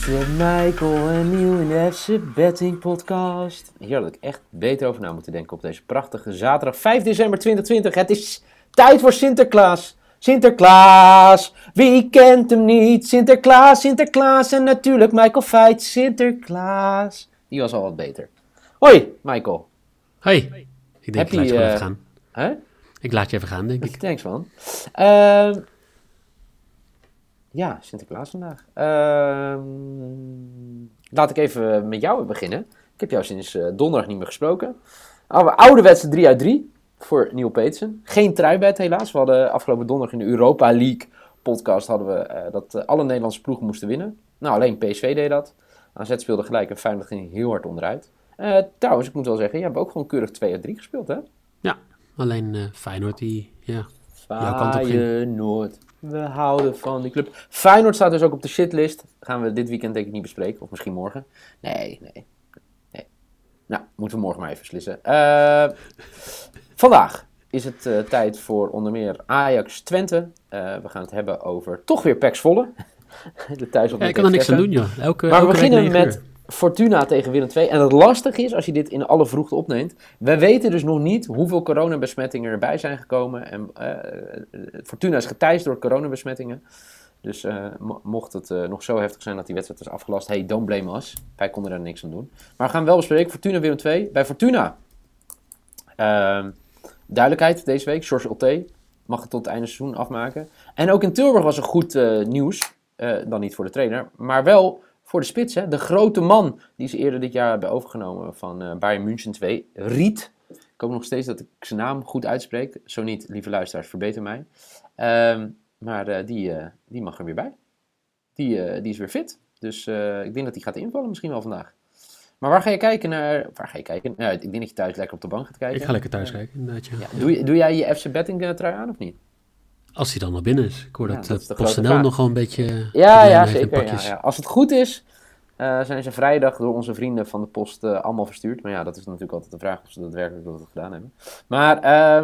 Luister Michael en Niel in de FC Betting Podcast. Hier had ik echt beter over na moeten denken op deze prachtige zaterdag 5 december 2020. Het is tijd voor Sinterklaas. Sinterklaas, wie kent hem niet? Sinterklaas, Sinterklaas en natuurlijk Michael Feit. Sinterklaas. Die was al wat beter. Hoi, Michael. Hoi. Ik denk, ik laat je even gaan. Hè? Ik laat je even gaan, denk ik. Thanks, man. Ja, Sinterklaas vandaag. Laat ik even met jou beginnen. Ik heb jou sinds donderdag niet meer gesproken. Ouderwetse 3 uit 3 voor Neil Peetsen. Geen truibed helaas. We hadden afgelopen donderdag in de Europa League podcast hadden we dat alle Nederlandse ploegen moesten winnen. Nou, alleen PSV deed dat. AZ speelde gelijk en Feyenoord ging heel hard onderuit. Trouwens, ik moet wel zeggen, jij hebt ook gewoon keurig 2 uit 3 gespeeld, hè? Ja, alleen Feyenoord die, jouw kant op ging. Feyenoord. We houden van die club. Feyenoord staat dus ook op de shitlist. Gaan we dit weekend denk ik niet bespreken. Of misschien morgen. Nee. Nou, moeten we morgen maar even beslissen. Vandaag is het tijd voor onder meer Ajax Twente. We gaan het hebben over toch weer PEC Zwolle. De thuisopdracht. Ik kan er niks aan doen, joh. Maar we beginnen met Fortuna tegen Willem II. En het lastige is, als je dit in alle vroegte opneemt, we weten dus nog niet hoeveel coronabesmettingen erbij zijn gekomen. En Fortuna is geteisterd door coronabesmettingen. Dus mocht het nog zo heftig zijn dat die wedstrijd is afgelast, hey, don't blame us. Wij konden daar niks aan doen. Maar we gaan wel bespreken, Fortuna Willem II. Bij Fortuna, duidelijkheid deze week, George Otte mag het tot het einde seizoen afmaken. En ook in Tilburg was er goed nieuws. Dan niet voor de trainer, maar wel voor de spits, hè? De grote man die ze eerder dit jaar hebben overgenomen van Bayern München 2, Riet. Ik hoop nog steeds dat ik zijn naam goed uitspreek. Zo niet, lieve luisteraars, verbeter mij. Maar die mag er weer bij. Die is weer fit. Dus ik denk dat hij gaat invallen misschien wel vandaag. Maar waar ga je kijken naar? Waar ga je kijken? Nou, ik denk dat je thuis lekker op de bank gaat kijken. Ik ga lekker thuis kijken, inderdaad. Ja. Ja, doe jij je FC Betting trui aan of niet? Als hij dan nog binnen is. Ik hoor dat de PostNL nog wel een beetje... Ja, zeker. Ja. Als het goed is, zijn ze vrijdag door onze vrienden van de post allemaal verstuurd. Maar ja, dat is natuurlijk altijd de vraag of ze daadwerkelijk dat gedaan hebben. Maar,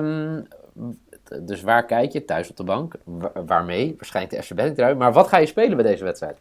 dus waar kijk je? Thuis op de bank. Waarmee? Waarschijnlijk de FC Betting trui. Maar wat ga je spelen bij deze wedstrijd?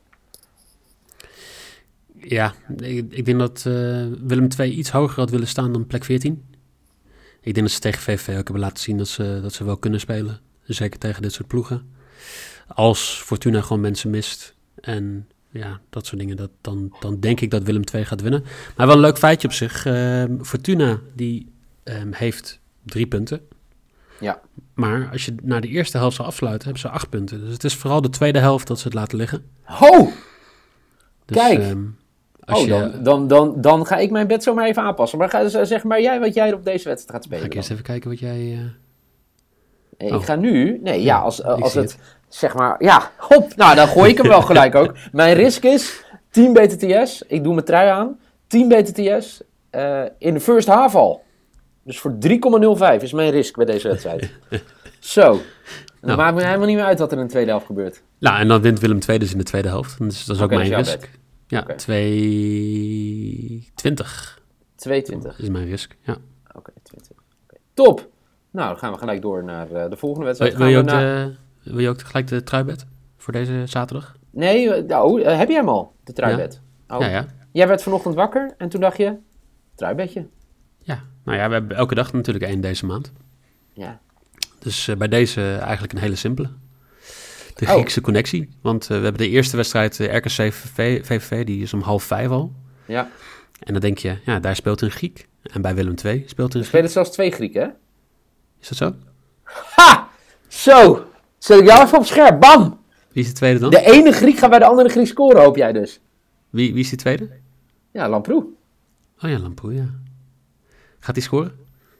Ja, ik denk dat Willem II iets hoger had willen staan dan plek 14. Ik denk dat ze tegen VVV ook hebben laten zien dat ze wel kunnen spelen. Zeker tegen dit soort ploegen. Als Fortuna gewoon mensen mist en ja, dat soort dingen, dan denk ik dat Willem II gaat winnen. Maar wel een leuk feitje op zich. Fortuna die heeft 3 punten. Ja. Maar als je naar de eerste helft zou afsluiten, hebben ze 8 punten. Dus het is vooral de tweede helft dat ze het laten liggen. Ho! Dus, kijk! Dan ga ik mijn bed zo maar even aanpassen. Maar zeg maar jij wat jij op deze wedstrijd gaat spelen. Ga ik eerst even kijken wat jij... Nee, ik ga nu... Nee, ja, als het... Zeg maar... Ja, hop. Nou, dan gooi ik hem wel gelijk ook. Mijn risk is 10 BTTS. Ik doe mijn trui aan. 10 BTTS in de first half al. Dus voor 3,05 is mijn risk bij deze wedstrijd. Zo. Dan maakt me helemaal niet meer uit wat er in de tweede helft gebeurt. Nou, en dan wint Willem II dus in de tweede helft. Dus dat is ook mijn risk. Bet. Ja, okay. 2,20. 2,20 is mijn risk, ja. Oké, 20. Okay. Top! Nou, dan gaan we gelijk door naar de volgende wedstrijd. Wil je ook gelijk de truibed voor deze zaterdag? Nee, heb jij hem al, de truibed? Ja. Oh. Ja. Jij werd vanochtend wakker en toen dacht je, truibedje. Ja, nou ja, we hebben elke dag natuurlijk 1 deze maand. Ja. Dus bij deze eigenlijk een hele simpele. De Griekse connectie. Want we hebben de eerste wedstrijd, RKC VVV, die is om 4:30 al. Ja. En dan denk je, ja, daar speelt een Griek. En bij Willem II speelt een Griek. spelen zelfs 2 Grieken, hè? Is dat zo? Ha! Zo! Zet ik jou even op scherp. Bam! Wie is de tweede dan? De ene Griek gaat bij de andere Griek scoren, hoop jij dus. Wie is de tweede? Ja, Lamproe. Oh ja, Lamproe, ja. Gaat hij scoren?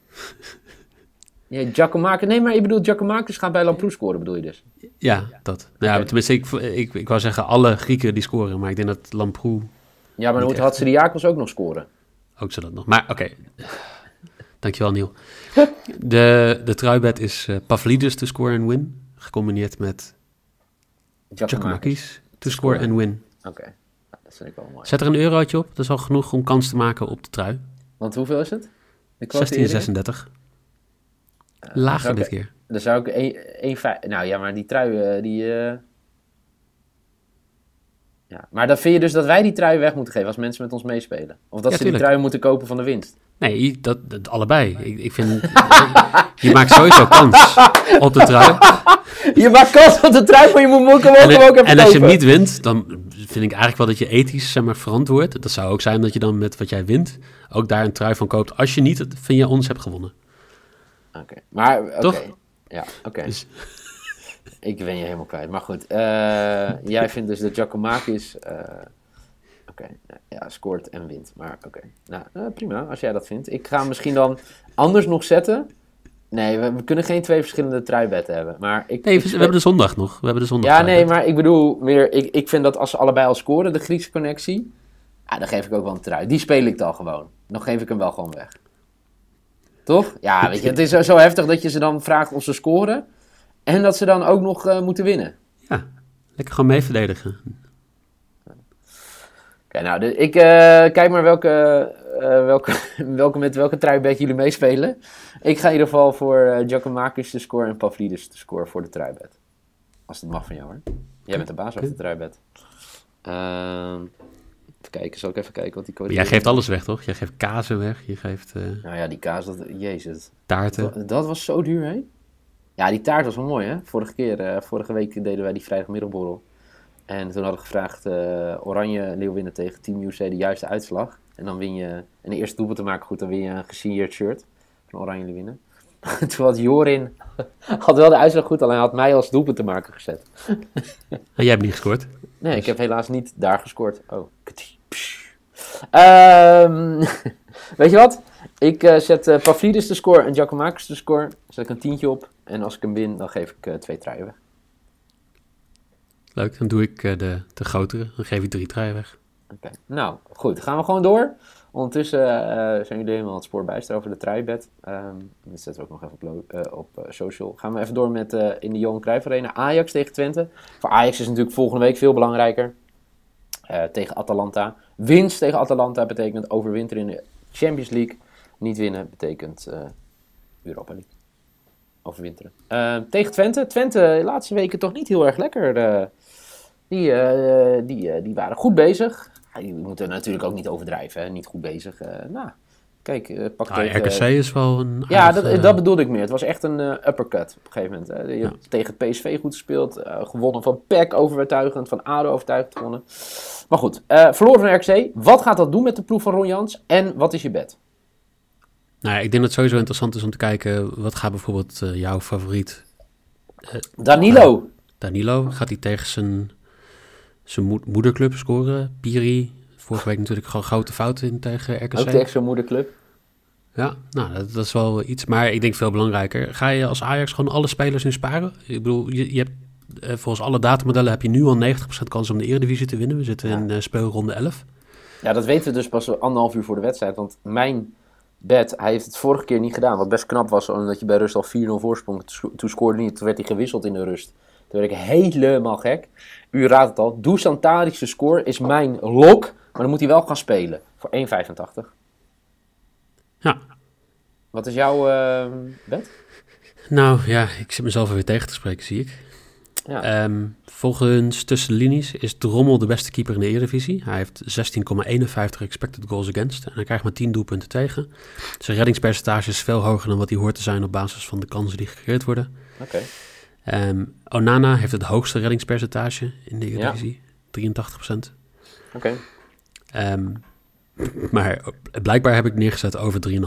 Ja, Giacomakis. Nee, maar ik bedoel, Giacomakis gaat bij Lamproe scoren, bedoel je dus? Ja, dat. Nou, ja, tenminste, ik wou zeggen alle Grieken die scoren, maar ik denk dat Lamproe... Ja, maar dan moet Hatziriakos ook nog scoren. Ook zo dat nog. Maar oké. Dankjewel, Niel. De truibed is Pavlidis to score and win, gecombineerd met Giacomakis to score and win. Oké, nou, dat vind ik wel mooi. Zet er een eurootje op, dat is al genoeg om kans te maken op de trui. Want hoeveel is het? 16,36. Lager dit keer. Dan zou ik 1,5... Nou ja, maar die trui, Ja. Maar dan vind je dus dat wij die trui weg moeten geven als mensen met ons meespelen? Of dat Ja, ze tuurlijk. die trui moeten kopen van de winst? Nee, dat allebei. Ik vind... je maakt sowieso kans op de trui. Je maakt kans op de trui, maar je moet hem ook even En als je kopen. niet wint, dan vind ik eigenlijk wel dat je ethisch verantwoord. Dat zou ook zijn dat je dan met wat jij wint ook daar een trui van koopt. Als je niet van je ons hebt gewonnen. Oké, maar... Oké. Toch? Ja, oké. Dus- Ik ben je helemaal kwijt. Maar goed, jij vindt dus dat Giacomakis... scoort en wint. Maar oké, nou prima, als jij dat vindt. Ik ga hem misschien dan anders nog zetten. Nee, we kunnen geen 2 verschillende truibetten hebben. Maar Nee, we hebben de zondag nog. We hebben de zondag. Ja, nee, maar ik bedoel meer... Ik vind dat als ze allebei al scoren, de Griekse connectie... dan geef ik ook wel een trui. Die speel ik dan gewoon. Dan geef ik hem wel gewoon weg. Toch? Ja, weet je, het is zo heftig dat je ze dan vraagt of ze scoren... en dat ze dan ook nog moeten winnen. Ja, lekker gewoon mee verdedigen. Oké, nou, ik kijk maar met welke truibed jullie meespelen. Ik ga in ieder geval voor Giacomakis te scoren en Pavlidis te scoren voor de truibed. Als het mag van jou, hoor. Jij bent de baas over de truibed. Even kijken, zal ik even kijken wat die code Jij geeft alles weg, toch? Jij geeft kazen weg, je geeft Nou ja, die kaas, jezus. taarten. Dat was zo duur, hè? Ja, die taart was wel mooi, hè? Vorige week deden wij die vrijdagmiddagborrel. En toen hadden we gevraagd Oranje Leeuwinnen tegen Team UC de juiste uitslag. En dan win je, en de eerste doelpunt te maken goed, dan win je een gesigneerd shirt van Oranje Leeuwinnen. Toen had Jorin, had wel de uitslag goed, alleen had mij als doelpunt te maken gezet. En jij hebt niet gescoord. Nee, ik heb helaas niet daar gescoord. Oh, weet je wat? Ik zet Pavlidis de score en Giacomakis de score. Zet ik een 10 op. En als ik hem win, dan geef ik 2 truien weg. Leuk, dan doe ik de grotere. Dan geef ik 3 truien weg. Oké. Nou, goed. Gaan we gewoon door. Ondertussen zijn jullie helemaal het spoor bijster over de truibed. Dat zetten we ook nog even op social. Gaan we even door met in de Johan Cruijff Arena. Ajax tegen Twente. Voor Ajax is natuurlijk volgende week veel belangrijker. Tegen Atalanta. Winst tegen Atalanta betekent overwinteren in de Champions League. Niet winnen betekent Europa League. Overwinteren. Tegen Twente. Twente de laatste weken toch niet heel erg lekker. Die waren goed bezig. Je moet er natuurlijk ook niet overdrijven. Hè? Niet goed bezig. Kijk, pak tegen... RKC is wel een Ja, aardig, dat bedoelde ik meer. Het was echt een uppercut op een gegeven moment. Hè. Je hebt tegen PSV goed gespeeld. Gewonnen van PEC overtuigend. Van ADO overtuigend gewonnen. Maar goed, verloren van RKC. Wat gaat dat doen met de ploeg van Ron Jans? En wat is je bet? Nou ja, ik denk dat het sowieso interessant is om te kijken... wat gaat bijvoorbeeld jouw favoriet... Danilo. Danilo, gaat hij tegen zijn moederclub scoren? Piri, vorige week natuurlijk gewoon grote fouten in tegen RKC. Ook tegen zo'n moederclub. Ja, nou, dat is wel iets. Maar ik denk veel belangrijker. Ga je als Ajax gewoon alle spelers nu sparen? Ik bedoel, je hebt volgens alle datamodellen heb je nu al 90% kans om de Eredivisie te winnen. We zitten in speelronde 11. Ja, dat weten we dus pas 1,5 uur voor de wedstrijd. Want mijn bet, hij heeft het vorige keer niet gedaan. Wat best knap was, omdat je bij rust al 4-0 voorsprong. Toen scoorde niet, toen werd hij gewisseld in de rust. Toen werd ik helemaal gek. U raadt het al. Dusan Tadic's score is mijn lok. Maar dan moet hij wel gaan spelen. Voor 1,85. Ja. Wat is jouw bet? Nou ja, ik zit mezelf er weer tegen te spreken, zie ik. Ja. Volgens tussen de linies is Drommel de beste keeper in de Eredivisie. Hij heeft 16,51 expected goals against. En hij krijgt maar 10 doelpunten tegen. Zijn reddingspercentage is veel hoger dan wat hij hoort te zijn op basis van de kansen die gecreëerd worden. Oké. Onana heeft het hoogste reddingspercentage in de Eredivisie. 83%. Oké. Maar blijkbaar heb ik neergezet over 3,5. 1,81.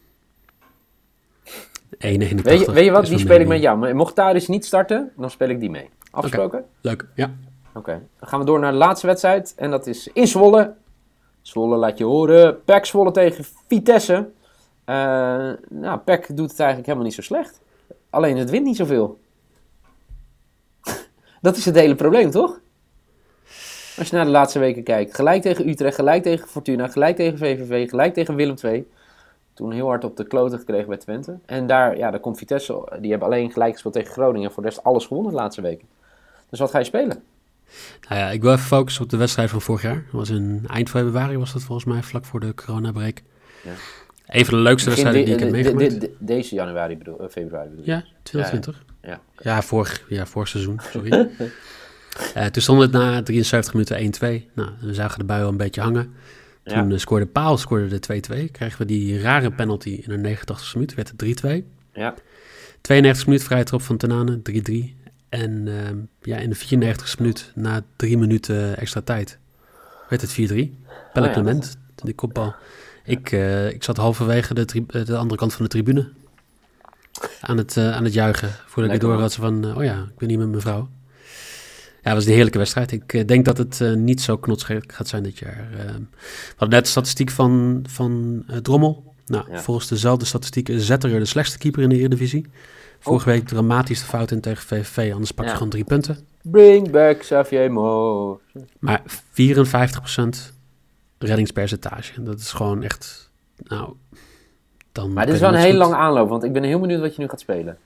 Weet je wat? Die speel ik met jou. Maar mocht Tadic niet starten, dan speel ik die mee. Afgesproken? Leuk, ja. Oké. Dan gaan we door naar de laatste wedstrijd. En dat is in Zwolle. Zwolle laat je horen. PEC Zwolle tegen Vitesse. PEC doet het eigenlijk helemaal niet zo slecht. Alleen het wint niet zoveel. Dat is het hele probleem, toch? Als je naar de laatste weken kijkt. Gelijk tegen Utrecht, gelijk tegen Fortuna, gelijk tegen VVV, gelijk tegen Willem II. Toen heel hard op de kloten gekregen bij Twente. En daar komt Vitesse. Die hebben alleen gelijk gespeeld tegen Groningen. En voor de rest alles gewonnen de laatste weken. Dus wat ga je spelen? Nou ja, ik wil even focussen op de wedstrijd van vorig jaar. Dat was in eind februari, was dat volgens mij, vlak voor de coronabreak. Ja. Een van de leukste wedstrijden die ik heb meegemaakt. Deze februari bedoel Ja, 2020. Ja, vorig seizoen, sorry. Toen stond het na 73 minuten 1-2. Nou, we zagen de bui al een beetje hangen. Toen scoorde Paal de 2-2. Kregen we die rare penalty in de 89e minuut. Werd het 3-2. Ja. 92e minuut vrije trap van Tanane, 3-3. En in de 94e minuut, na 3 minuten extra tijd, werd het 4-3. Pelle Clement, die kopbal. Ik zat halverwege de andere kant van de tribune aan het juichen. Voordat ik door had van, ik ben hier met mijn vrouw. Ja, het was een heerlijke wedstrijd. Ik denk dat het niet zo knotsgek gaat zijn dit jaar. We hadden net de statistiek van Drommel. Nou, volgens dezelfde statistieken zet er de slechtste keeper in de Eredivisie. Vorige week dramatisch de fout in tegen VVV, anders pak je gewoon 3 punten. Bring back Xavier Mo. Maar 54% reddingspercentage. Dat is gewoon echt, Maar dit is wel een hele lange aanloop, want ik ben heel benieuwd wat je nu gaat spelen.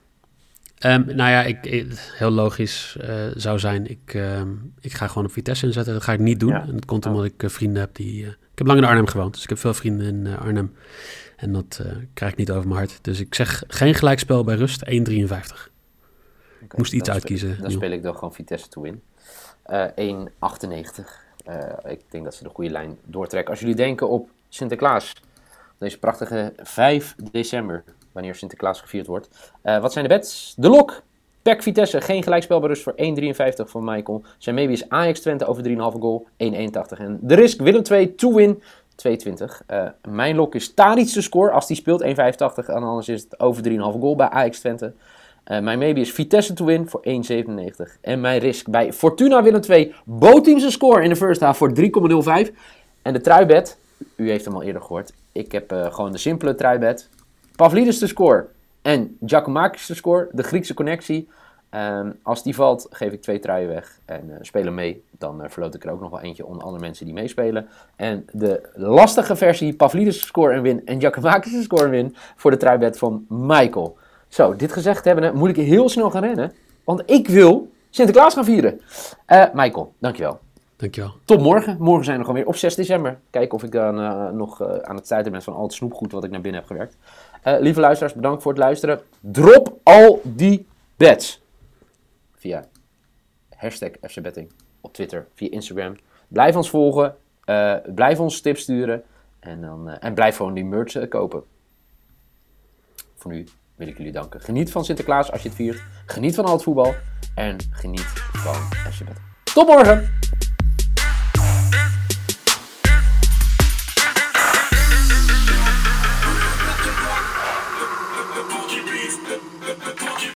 Heel logisch zou zijn, ik ga gewoon op Vitesse inzetten. Dat ga ik niet doen. En dat komt omdat ik vrienden heb die... ik heb lang in Arnhem gewoond, dus ik heb veel vrienden in Arnhem. En dat krijg ik niet over mijn hart. Dus ik zeg geen gelijkspel bij rust, 1,53. Ik moest iets uitkiezen. Dan speel ik dan gewoon Vitesse to win. 1,98. Ik denk dat ze de goede lijn doortrekken. Als jullie denken op Sinterklaas, deze prachtige 5 december, wanneer Sinterklaas gevierd wordt. Wat zijn de bets? De lok. PEC Vitesse, geen gelijkspel bij rust voor 1,53 van Michael. Zijn maybe is Ajax Twente over 3,5 goal, 1,81. En de risk Willem 2 to win, 2,20. Mijn lok is Tadic te score als die speelt, 1,85. En anders is het over 3,5 goal bij Ajax Twente. Mijn maybe is Vitesse to win voor 1,97. En mijn risk bij Fortuna Willem 2, bootteams een score in de first half voor 3,05. En de truibet, u heeft hem al eerder gehoord. Ik heb gewoon de simpele truibet. Pavlidis te score en Giacomakis te score, de Griekse connectie. Als die valt, geef ik 2 truien weg en spelen mee. Dan verloot ik er ook nog wel eentje onder andere mensen die meespelen. En de lastige versie, Pavlidis te score en win en Giacomakis te score en win voor de truibet van Michael. Zo, dit gezegd hebbende, moet ik heel snel gaan rennen, want ik wil Sinterklaas gaan vieren. Michael, dankjewel. Dankjewel. Tot morgen. Morgen zijn we gewoon weer op 6 december. Kijken of ik dan nog aan het stuiten ben van al het snoepgoed wat ik naar binnen heb gewerkt. Lieve luisteraars, bedankt voor het luisteren. Drop al die bets. Via #FCBetting op Twitter, via Instagram. Blijf ons volgen. Blijf ons tips sturen. En blijf gewoon die merch kopen. Voor nu wil ik jullie danken. Geniet van Sinterklaas als je het viert. Geniet van al het voetbal. En geniet van FC Betting. Tot morgen!